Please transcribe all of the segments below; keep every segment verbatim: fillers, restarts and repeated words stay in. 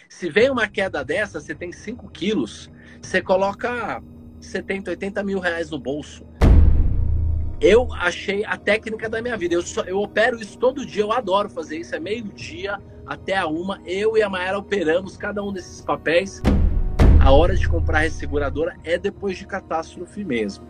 Se vem uma queda dessa, você tem cinco quilos, você coloca setenta, oitenta mil reais no bolso. Eu achei a técnica da minha vida. Eu, só, eu opero isso todo dia, eu adoro fazer isso. É meio-dia até a uma. Eu e a Mayara operamos cada um desses papéis. A hora de comprar a resseguradora é depois de catástrofe mesmo.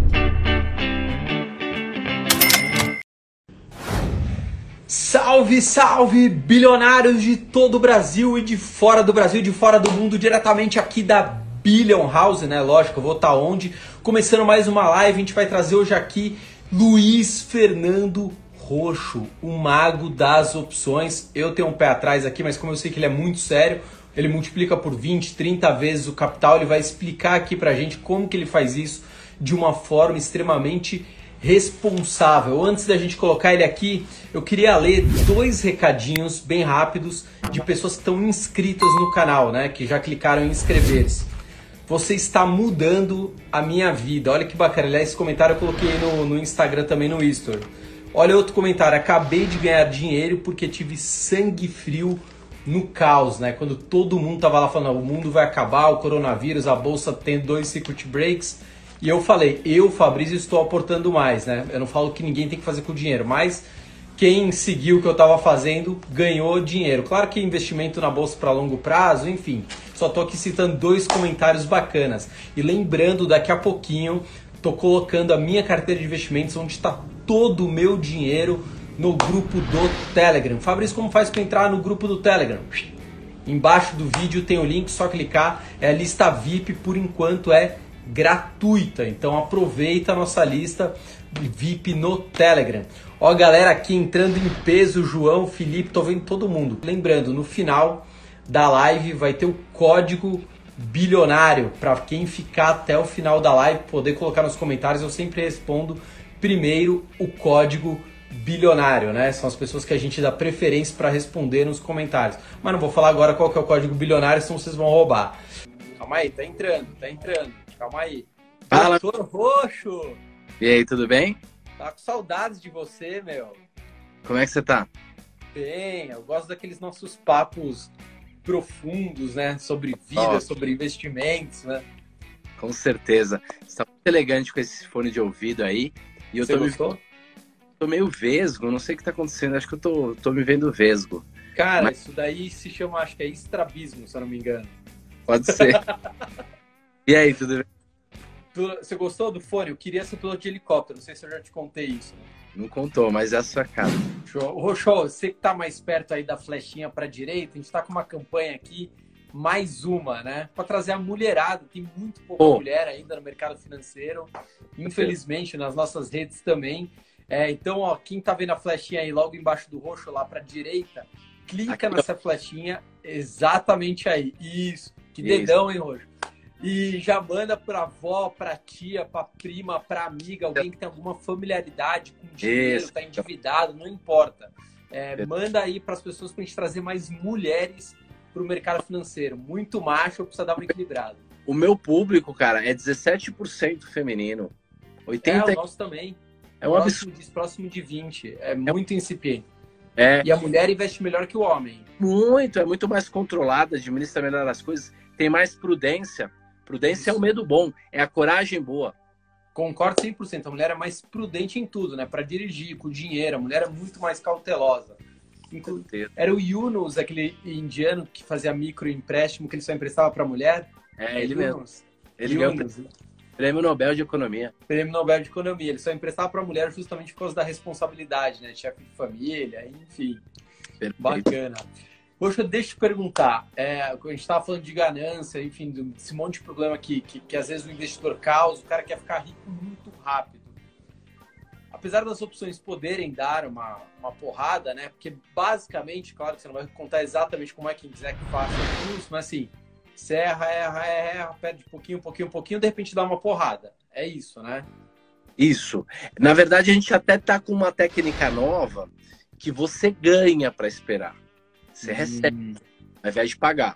Salve, salve, bilionários de todo o Brasil e de fora do Brasil, de fora do mundo, diretamente aqui da Billion House, né? Lógico, eu vou estar onde? Começando mais uma live, a gente vai trazer hoje aqui Luiz Fernando Roxo, o mago das opções. Eu tenho um pé atrás aqui, mas como eu sei que ele é muito sério, ele multiplica por vinte, trinta vezes o capital, ele vai explicar aqui pra gente como que ele faz isso de uma forma extremamente responsável. Antes da gente colocar ele aqui, eu queria ler dois recadinhos bem rápidos de pessoas que estão inscritas no canal, né? Que já clicaram em inscrever-se. Você está mudando a minha vida. Olha que bacana. Aliás, esse comentário eu coloquei no, no Instagram também, no History. Olha outro comentário. Acabei de ganhar dinheiro porque tive sangue frio no caos, né? Quando todo mundo tava lá falando, o mundo vai acabar, o coronavírus, a bolsa tem dois circuit breaks. E eu falei, eu, Fabrício, estou aportando mais, né? Eu não falo que ninguém tem que fazer com o dinheiro, mas quem seguiu o que eu estava fazendo ganhou dinheiro. Claro que investimento na bolsa para longo prazo, enfim. Só estou aqui citando dois comentários bacanas. E lembrando, daqui a pouquinho, estou colocando a minha carteira de investimentos, onde está todo o meu dinheiro, no grupo do Telegram. Fabrício, como faz para entrar no grupo do Telegram? Embaixo do vídeo tem o link, só clicar. É a lista V I P, por enquanto é gratuita, então aproveita a nossa lista V I P no Telegram. Ó, galera aqui entrando em peso, João, Felipe, tô vendo todo mundo. Lembrando, no final da live vai ter o código bilionário para quem ficar até o final da live poder colocar nos comentários. Eu sempre respondo primeiro o código bilionário, né? São as pessoas que a gente dá preferência para responder nos comentários. Mas não vou falar agora qual que é o código bilionário, senão vocês vão roubar. Calma aí, tá entrando, tá entrando. Calma aí. Fala. Doutor Roxo! E aí, tudo bem? Tá com saudades de você, meu. Como é que você tá? Bem, eu gosto daqueles nossos papos profundos, né? Sobre vida, Ó, sobre investimentos, né? com certeza. Você tá muito elegante com esse fone de ouvido aí. E eu Você tô, me... gostou? tô meio vesgo, não sei o que tá acontecendo. Acho que eu tô, tô me vendo vesgo. Cara, Mas... isso daí se chama, acho que é estrabismo, se eu não me engano. Pode ser. E aí, tudo bem? Você gostou do fone? Eu queria ser piloto de helicóptero, não sei se eu já te contei isso. Né? Não contou, mas é a sua cara. Show. Roxo, você que tá mais perto aí da flechinha pra direita, a gente tá com uma campanha aqui, mais uma, né? Pra trazer a mulherada, tem muito pouca Pô. mulher ainda no mercado financeiro, infelizmente, nas nossas redes também. É, então, ó, quem tá vendo a flechinha aí logo embaixo do Roxo, lá pra direita, clica Aqui, nessa flechinha exatamente aí. Isso. Que Isso. dedão, hein, Roxo? E já manda pra avó, pra tia, pra prima, pra amiga, alguém que tem alguma familiaridade com dinheiro, Isso. tá endividado, não importa. É, manda aí pras pessoas pra gente trazer mais mulheres pro mercado financeiro. Muito macho, precisa dar uma equilibrada. O meu público, cara, é dezessete por cento feminino. oitenta por cento É, o nosso também. É um próximo, absurdo. de, próximo de vinte. É muito incipiente. É E a mulher investe melhor que o homem. muito, é muito mais controlada, administra melhor as coisas, tem mais prudência. Prudência é o medo bom, é a coragem boa. Concordo cem por cento. A mulher é mais prudente em tudo, né? Para dirigir, com o dinheiro. A mulher é muito mais cautelosa. Inclu... Era o Yunus, aquele indiano que fazia microempréstimo, que ele só emprestava para mulher. É, ele Yunus. mesmo. Ele ganhou Yunus. o Prêmio Nobel de Economia. Prêmio Nobel de Economia. Ele só emprestava para mulher justamente por causa da responsabilidade, né? Chefe de família, enfim. Perfeito. Bacana. Poxa, deixa eu te perguntar, é, a gente estava falando de ganância, enfim, desse monte de problema que, que, que às vezes o investidor causa, o cara quer ficar rico muito rápido. Apesar das opções poderem dar uma, uma porrada, né? Porque basicamente, claro que você não vai contar exatamente como é que quiser que faça o curso, mas assim, você erra, erra, erra, erra, perde pouquinho, pouquinho, pouquinho, de repente dá uma porrada. É isso, né? Isso. Na verdade, a gente até tá com uma técnica nova que você ganha para esperar. Você hum. recebe, ao invés de pagar.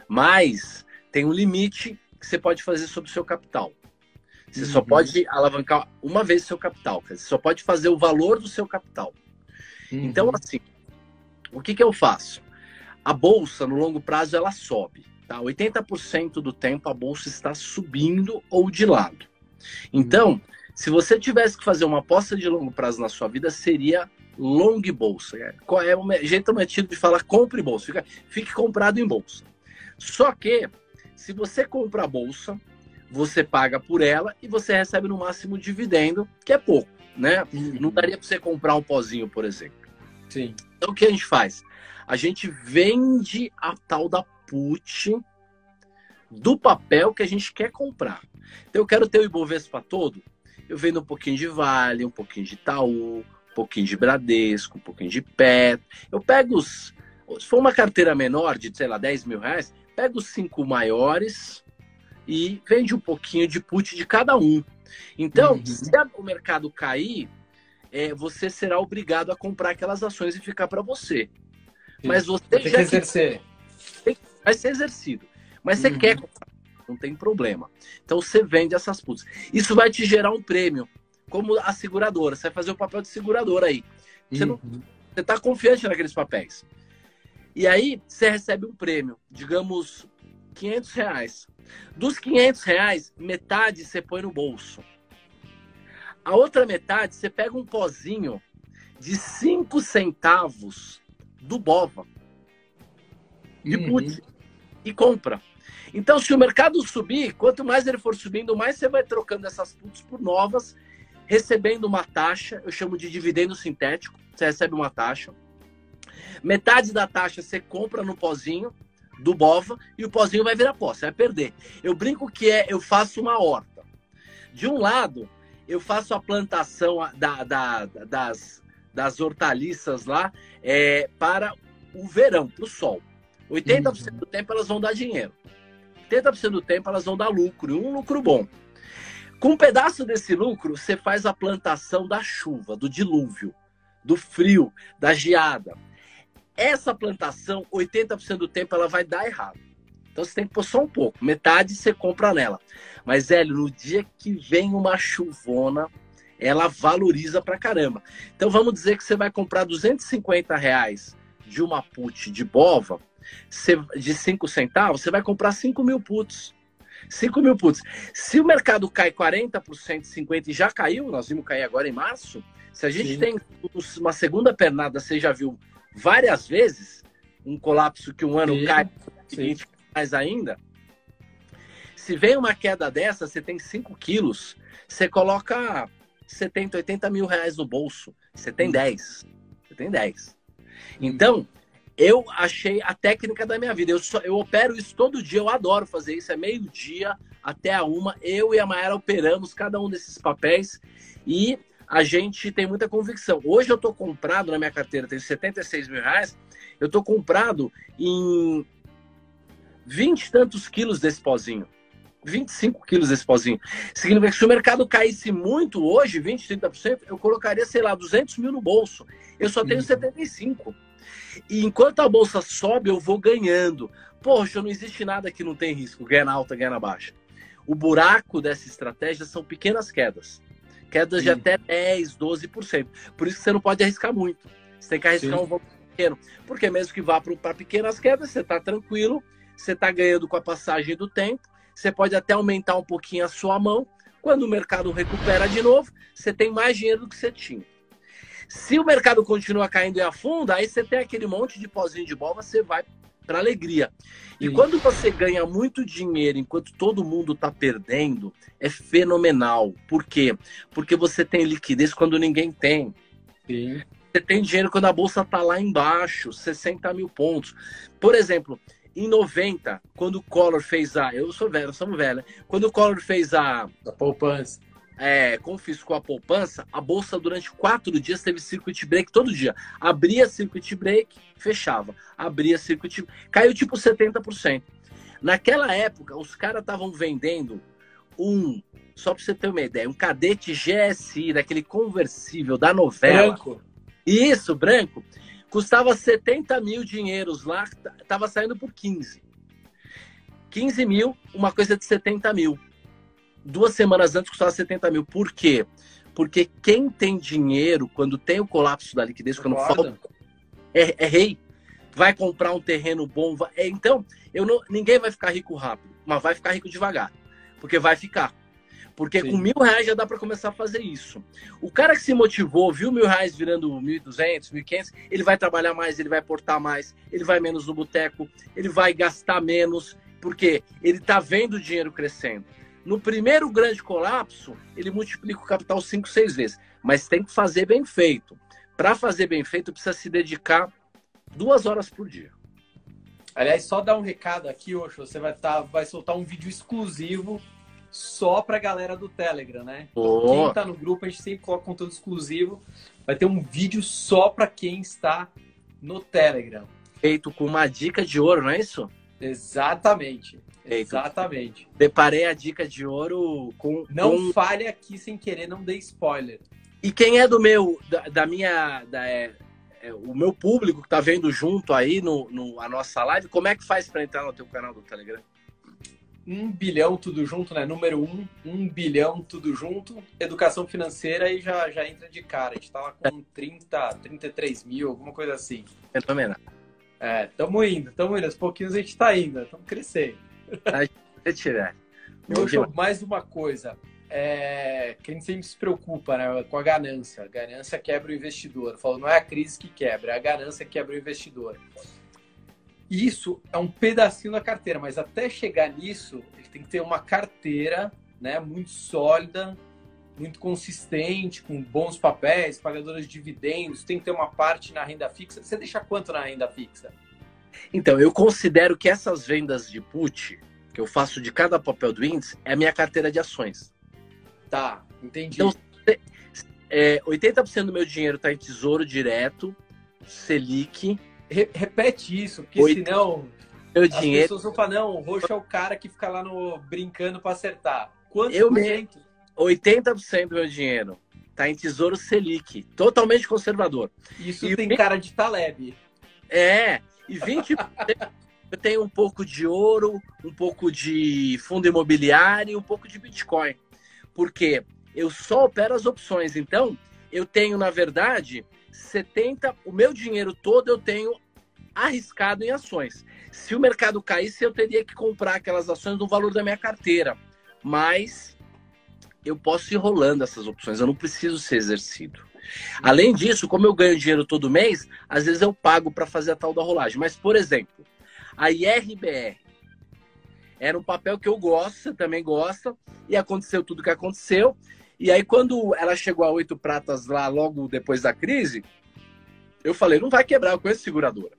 Mas tem um limite que você pode fazer sobre o seu capital. Você uhum. só pode alavancar uma vez o seu capital. Você só pode fazer o valor do seu capital. Uhum. Então, assim, o que, que eu faço? a bolsa, no longo prazo, ela sobe. Tá? oitenta por cento do tempo a bolsa está subindo ou de lado. Então, uhum. se você tivesse que fazer uma aposta de longo prazo na sua vida, seria long bolsa. É o jeito metido de falar compre bolsa. Fica, fique comprado em bolsa. Só que, se você compra a bolsa, você paga por ela e você recebe no máximo dividendo, que é pouco, né? Uhum. Não daria para você comprar um pozinho, por exemplo. Sim. Então, o que a gente faz? A gente vende a tal da put do papel que a gente quer comprar. Então, eu quero ter o Ibovespa todo, eu vendo um pouquinho de Vale, um pouquinho de Itaú, um pouquinho de Bradesco, um pouquinho de Petro. Eu pego os... Se for uma carteira menor, de, sei lá, dez mil reais, pego os cinco maiores e vende um pouquinho de put de cada um. Então, uhum. se o mercado cair, é, você será obrigado a comprar aquelas ações e ficar para você. Sim. Mas você tem que exercer. Tem, vai ser exercido. Mas você uhum. quer comprar, não tem problema. Então, você vende essas puts. Isso vai te gerar um prêmio, como a seguradora. Você vai fazer o papel de seguradora aí. Você uhum. está confiante naqueles papéis. E aí, você recebe um prêmio, digamos, quinhentos reais. Dos quinhentos reais, metade você põe no bolso. A outra metade, você pega um pozinho de cinco centavos do Bova de uhum. put e compra. Então, se o mercado subir, quanto mais ele for subindo, mais você vai trocando essas puts por novas, recebendo uma taxa, eu chamo de dividendo sintético, você recebe uma taxa. Metade da taxa você compra no pozinho do Bova e o pozinho vai virar pó, você vai perder. Eu brinco que é, eu faço uma horta. De um lado, eu faço a plantação da, da, das, das hortaliças lá é, para o verão, para o sol. oitenta por cento do tempo elas vão dar dinheiro. oitenta por cento do tempo elas vão dar lucro, e um lucro bom. Com um pedaço desse lucro, você faz a plantação da chuva, do dilúvio, do frio, da geada. Essa plantação, oitenta por cento do tempo, ela vai dar errado. Então você tem que pôr só um pouco. Metade você compra nela. Mas, Hélio, no dia que vem uma chuvona, ela valoriza pra caramba. Então vamos dizer que você vai comprar duzentos e cinquenta reais de uma put de Bova, de cinco centavos, você vai comprar cinco mil puts. cinco mil puts. Se o mercado cai quarenta por cento, cinquenta por cento e já caiu, nós vimos cair agora em março, se a gente Sim. tem uma segunda pernada, você já viu várias vezes, um colapso que um ano Sim. cai, seguinte, mais ainda. Se vem uma queda dessa, você tem cinco quilos, você coloca setenta, oitenta mil reais no bolso. Você tem dez. Você tem dez. Então, eu achei a técnica da minha vida. Eu, só, eu opero isso todo dia, eu adoro fazer isso. É meio-dia até a uma. Eu e a Mayara operamos cada um desses papéis e a gente tem muita convicção. Hoje eu estou comprado na minha carteira, tenho setenta e seis mil reais, eu estou comprado em vinte e tantos quilos desse pozinho. vinte e cinco quilos desse pozinho. Significa que se o mercado caísse muito hoje, vinte, trinta por cento, eu colocaria, sei lá, duzentos mil no bolso. Eu só tenho setenta e cinco. E enquanto a bolsa sobe, eu vou ganhando. Poxa, não existe nada que não tem risco. Ganha na alta, ganha na baixa. O buraco dessa estratégia são pequenas quedas. Quedas Sim. de até dez, doze por cento. Por isso que você não pode arriscar muito. Você tem que arriscar Sim. um volume pequeno. Porque mesmo que vá para pequenas quedas, você está tranquilo, você está ganhando com a passagem do tempo, você pode até aumentar um pouquinho a sua mão. Quando o mercado recupera de novo, você tem mais dinheiro do que você tinha. Se o mercado continua caindo e afunda, aí você tem aquele monte de pozinho de bola, você vai para alegria. E Sim. quando você ganha muito dinheiro enquanto todo mundo está perdendo, é fenomenal. Por quê? Porque você tem liquidez quando ninguém tem. Sim. Você tem dinheiro quando a bolsa está lá embaixo, sessenta mil pontos. Por exemplo, em noventa, quando o Collor fez a... Eu sou velho, nós somos velhos. Quando o Collor fez a... A poupança. É, confiscou a poupança, a bolsa durante quatro dias teve circuit break todo dia. Abria circuit break, fechava. Abria circuit break, caiu tipo setenta por cento. Naquela época, os caras estavam vendendo um, só para você ter uma ideia, um Cadete G S I, daquele conversível da novela. Branco. Isso, branco. Custava setenta mil dinheiros lá, tava saindo por quinze. quinze mil, uma coisa de setenta mil. Duas semanas antes custava setenta mil. Por quê? Porque quem tem dinheiro, quando tem o colapso da liquidez, quando falta, é, é rei. vai comprar um terreno bom. Vai... Então, eu não... ninguém vai ficar rico rápido, mas vai ficar rico devagar. Porque vai ficar. Porque Sim. com mil reais já dá para começar a fazer isso. O cara que se motivou, viu mil reais virando mil e duzentos, mil e quinhentos, ele vai trabalhar mais, ele vai aportar mais, ele vai menos no boteco, ele vai gastar menos, porque ele está vendo o dinheiro crescendo. No primeiro grande colapso, ele multiplica o capital cinco, seis vezes. Mas tem que fazer bem feito. Para fazer bem feito, precisa se dedicar duas horas por dia. Aliás, só dar um recado aqui, Osho, você vai, tá, vai soltar um vídeo exclusivo só para a galera do Telegram, né? Oh. Quem está no grupo, a gente sempre coloca conteúdo exclusivo. Vai ter um vídeo só para quem está no Telegram. Feito com uma dica de ouro, não é isso? Exatamente. Feito. Exatamente. Deparei a dica de ouro com... Não com... fale aqui sem querer, não dê spoiler. E quem é do meu, da, da minha... Da, é, é, o meu público que tá vendo junto aí no, no, a nossa live, como é que faz para entrar no teu canal do Telegram? Um bilhão tudo junto, né? Número um, um bilhão tudo junto. Educação financeira e já, já entra de cara. A gente tá lá com trinta, trinta e três mil, alguma coisa assim. Fenomenal. É, tamo indo, tamo indo. Aos pouquinhos a gente tá indo, estamos crescendo. Se tiver. Poxa, mais uma coisa. É, que a gente sempre se preocupa, né, com a ganância. A ganância quebra o investidor. Falou, não é a crise que quebra, é a ganância que quebra o investidor. Isso é um pedacinho da carteira, mas até chegar nisso, ele tem que ter uma carteira, né, muito sólida, muito consistente, com bons papéis, pagadores de dividendos, tem que ter uma parte na renda fixa. Você deixa quanto na renda fixa? Então, eu considero que essas vendas de put, que eu faço de cada papel do índice, é a minha carteira de ações. Tá, entendi. Então, é, oitenta por cento do meu dinheiro está em tesouro direto, Selic. Re repete isso, porque Oito. senão meu as dinheiro... pessoas vão falar, não, o Roxo é o cara que fica lá no, brincando para acertar. Quantos eu por cento? oitenta por cento do meu dinheiro está em tesouro Selic, totalmente conservador. Isso e tem vinte... cara de Taleb. É, e vinte por cento eu tenho um pouco de ouro, um pouco de fundo imobiliário e um pouco de Bitcoin. Porque eu só opero as opções. Então, eu tenho, na verdade, setenta... O meu dinheiro todo eu tenho arriscado em ações. Se o mercado caísse, eu teria que comprar aquelas ações no valor da minha carteira. Mas eu posso ir rolando essas opções. Eu não preciso ser exercido. Além disso, como eu ganho dinheiro todo mês, às vezes eu pago para fazer a tal da rolagem. Mas, por exemplo, a I R B R era um papel que eu gosto, você também gosta, e aconteceu tudo o que aconteceu. E aí, quando ela chegou a oito pratas lá, logo depois da crise, eu falei, não vai quebrar, eu conheço seguradora.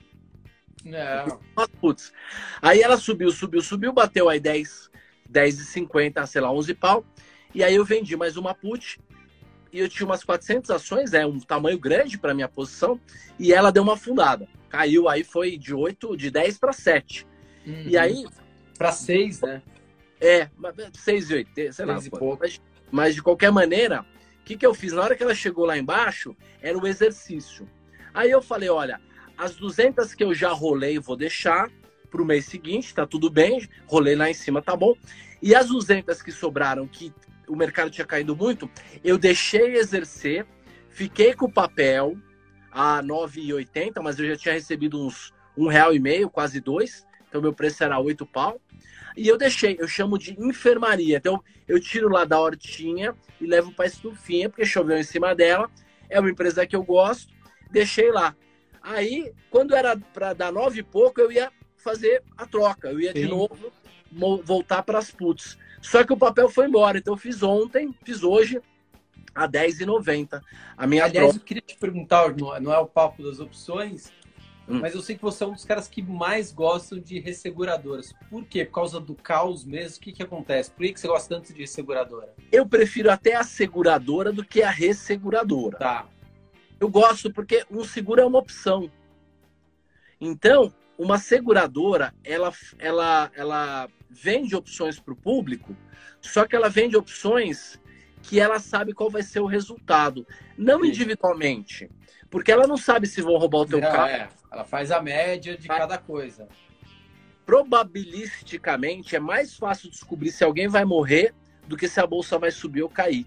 Não. Mas, putz. Aí ela subiu, subiu, subiu, bateu aí dez, dez e cinquenta, sei lá, onze pau. E aí eu vendi mais uma put, e eu tinha umas quatrocentas ações, é um tamanho grande para minha posição, e ela deu uma afundada. Caiu aí, foi de oito, de dez para sete. Uhum. E aí... Para seis, né? É, seis e oito, sei lá. Mas, mas, de qualquer maneira, o que, que eu fiz? Na hora que ela chegou lá embaixo, era o exercício. Aí eu falei, olha, as duzentas que eu já rolei, vou deixar para o mês seguinte, tá tudo bem. Rolei lá em cima, tá bom. E as duzentas que sobraram, que o mercado tinha caído muito, eu deixei exercer, fiquei com o papel a nove e oitenta, mas eu já tinha recebido uns um real e meio, quase dois. Então, meu preço era oito pau. E eu deixei, eu chamo de enfermaria. Então, eu tiro lá da hortinha e levo para a estufinha, porque choveu em cima dela. É uma empresa que eu gosto. Deixei lá. Aí, quando era para dar nove e pouco, eu ia fazer a troca. Eu ia Sim. de novo voltar para as puts. Só que o papel foi embora. Então, eu fiz ontem, fiz hoje, a dez e noventa. A minha Aliás, troca... eu queria te perguntar, não é o papo das opções... Mas eu sei que você é um dos caras que mais gostam de resseguradoras. Por quê? Por causa do caos mesmo? O que, que acontece? Por que, que você gosta tanto de resseguradora? Eu prefiro até a seguradora do que a resseguradora. Tá. Eu gosto porque um seguro é uma opção. Então, uma seguradora, ela, ela, ela vende opções para o público, só que ela vende opções que ela sabe qual vai ser o resultado. Não Sim. individualmente. Porque ela não sabe se vão roubar o teu não, carro. É. Ela faz a média de cada coisa. Probabilisticamente, é mais fácil descobrir se alguém vai morrer do que se a bolsa vai subir ou cair.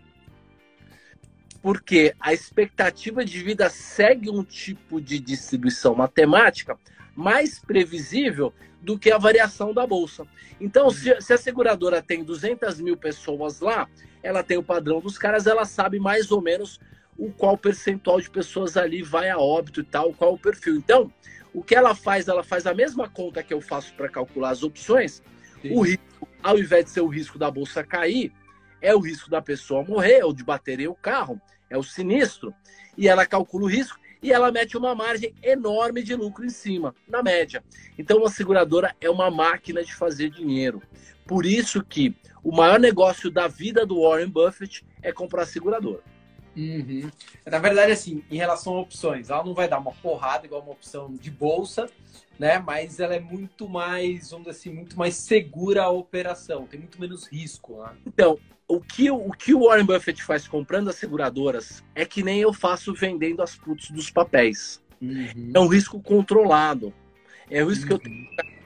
Porque a expectativa de vida segue um tipo de distribuição matemática mais previsível do que a variação da bolsa. Então, se, se a seguradora tem duzentas mil pessoas lá, ela tem o padrão dos caras, ela sabe mais ou menos o qual percentual de pessoas ali vai a óbito e tal, qual o perfil. Então, o que ela faz? Ela faz a mesma conta que eu faço para calcular as opções. Sim. O risco, ao invés de ser o risco da bolsa cair, é o risco da pessoa morrer, ou de bater o carro, é o sinistro. E ela calcula o risco e ela mete uma margem enorme de lucro em cima, na média. Então, uma seguradora é uma máquina de fazer dinheiro. Por isso que o maior negócio da vida do Warren Buffett é comprar seguradora. Uhum. Na verdade, assim, em relação a opções, ela não vai dar uma porrada igual uma opção de bolsa, né? Mas ela é muito mais, vamos dizer assim, muito mais segura a operação, tem muito menos risco, né? Então, o que, o que o Warren Buffett faz comprando as seguradoras é que nem eu faço vendendo as puts dos papéis. Uhum. É um risco controlado. É um risco uhum. que eu tenho.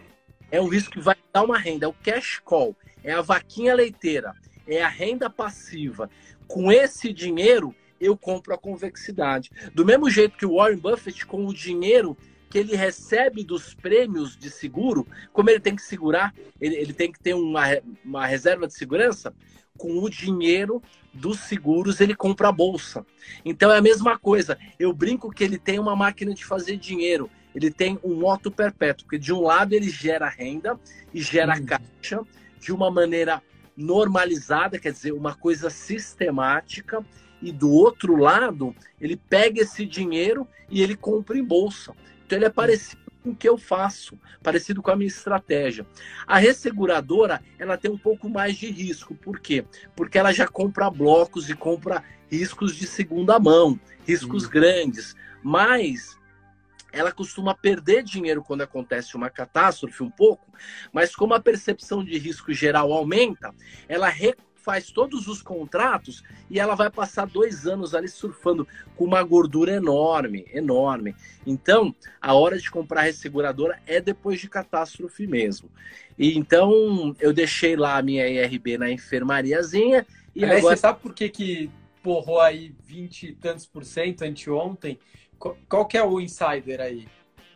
É um risco que vai dar uma renda. É o cash call. É a vaquinha leiteira. É a renda passiva. Com esse dinheiro, eu compro a convexidade. Do mesmo jeito que o Warren Buffett, com o dinheiro que ele recebe dos prêmios de seguro, como ele tem que segurar, ele, ele tem que ter uma, uma reserva de segurança, com o dinheiro dos seguros ele compra a bolsa. Então é a mesma coisa. Eu brinco que ele tem uma máquina de fazer dinheiro. Ele tem um moto perpétuo, porque de um lado ele gera renda e gera hum. caixa de uma maneira normalizada, quer dizer, uma coisa sistemática, e do outro lado, ele pega esse dinheiro e ele compra em bolsa. Então ele é parecido com o que eu faço, parecido com a minha estratégia. A resseguradora, ela tem um pouco mais de risco. Por quê? Porque ela já compra blocos e compra riscos de segunda mão, riscos hum. grandes, mas ela costuma perder dinheiro quando acontece uma catástrofe um pouco, mas como a percepção de risco geral aumenta, ela refaz todos os contratos e ela vai passar dois anos ali surfando com uma gordura enorme, enorme. Então, a hora de comprar a resseguradora é depois de catástrofe mesmo. E então, eu deixei lá a minha I R B na enfermariazinha e Aliás, agora... Você sabe por que que porrou aí vinte e tantos por cento anteontem? Qual que é o insider aí?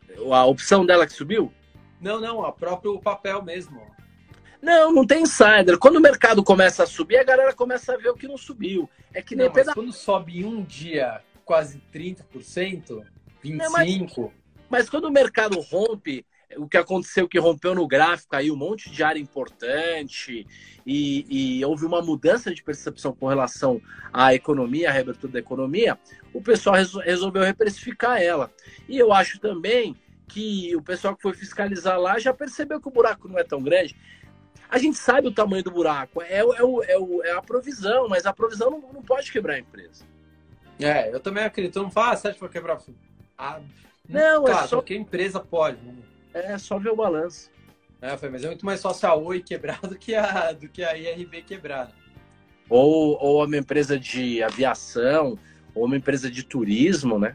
A opção dela que subiu? Não, não, a próprio papel mesmo. Não, não tem insider. Quando o mercado começa a subir, a galera começa a ver o que não subiu. É que nem não, mas peda... quando sobe em um dia quase trinta por cento, vinte e cinco por cento... Não, mas, mas quando o mercado rompe, o que aconteceu, que rompeu no gráfico aí, um monte de área importante e, e houve uma mudança de percepção com relação à economia, à reabertura da economia, o pessoal resolveu reprecificar ela. E eu acho também que o pessoal que foi fiscalizar lá já percebeu que o buraco não é tão grande. A gente sabe o tamanho do buraco, é, é, o, é, o, é a provisão, mas a provisão não, não pode quebrar a empresa. É, eu também acredito. Eu não falo, ah, você acha que vai quebrar? Ah, não, claro, é só... porque a empresa pode. É só ver o balanço. É, mas é muito mais fácil a Oi quebrar do que a, do que a I R B quebrar. Ou, ou uma empresa de aviação, ou uma empresa de turismo, né?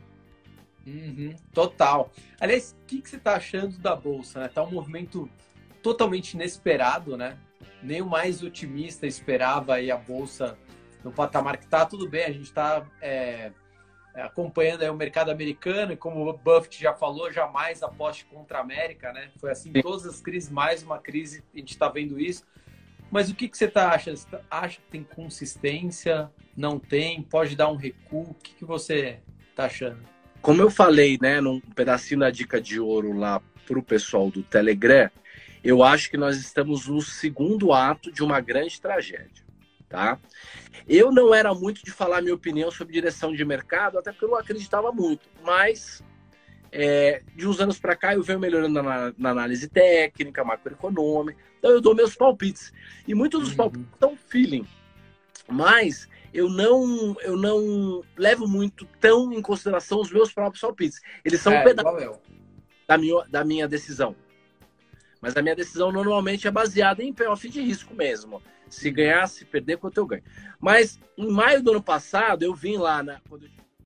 Uhum, total. Aliás, o que, que você está achando da Bolsa? Né? Tá um movimento totalmente inesperado, né? Nem o mais otimista esperava aí a Bolsa no patamar que tá. Tudo bem, a gente está é, acompanhando aí o mercado americano e como o Buffett já falou, jamais aposte contra a América, né? Foi assim em todas as crises, mais uma crise, a gente está vendo isso. Mas o que, que você tá achando? Você acha que tem consistência? Não tem? Pode dar um recuo? O que, que você tá achando? Como eu falei, né, num pedacinho da dica de ouro lá pro pessoal do Telegram, eu acho que nós estamos no segundo ato de uma grande tragédia, tá? Eu não era muito de falar minha opinião sobre direção de mercado, até porque eu não acreditava muito, mas é, de uns anos para cá eu venho melhorando na, na análise técnica, macroeconômica, então eu dou meus palpites. E muitos dos uhum. palpites são feeling, mas eu não, eu não levo muito tão em consideração os meus próprios palpites. Eles são é, um pedaço da minha, da minha decisão. Mas a minha decisão normalmente é baseada em payoff de risco mesmo. Se ganhar, se perder, quanto eu ganho. Mas em maio do ano passado, eu vim lá, na, quando eu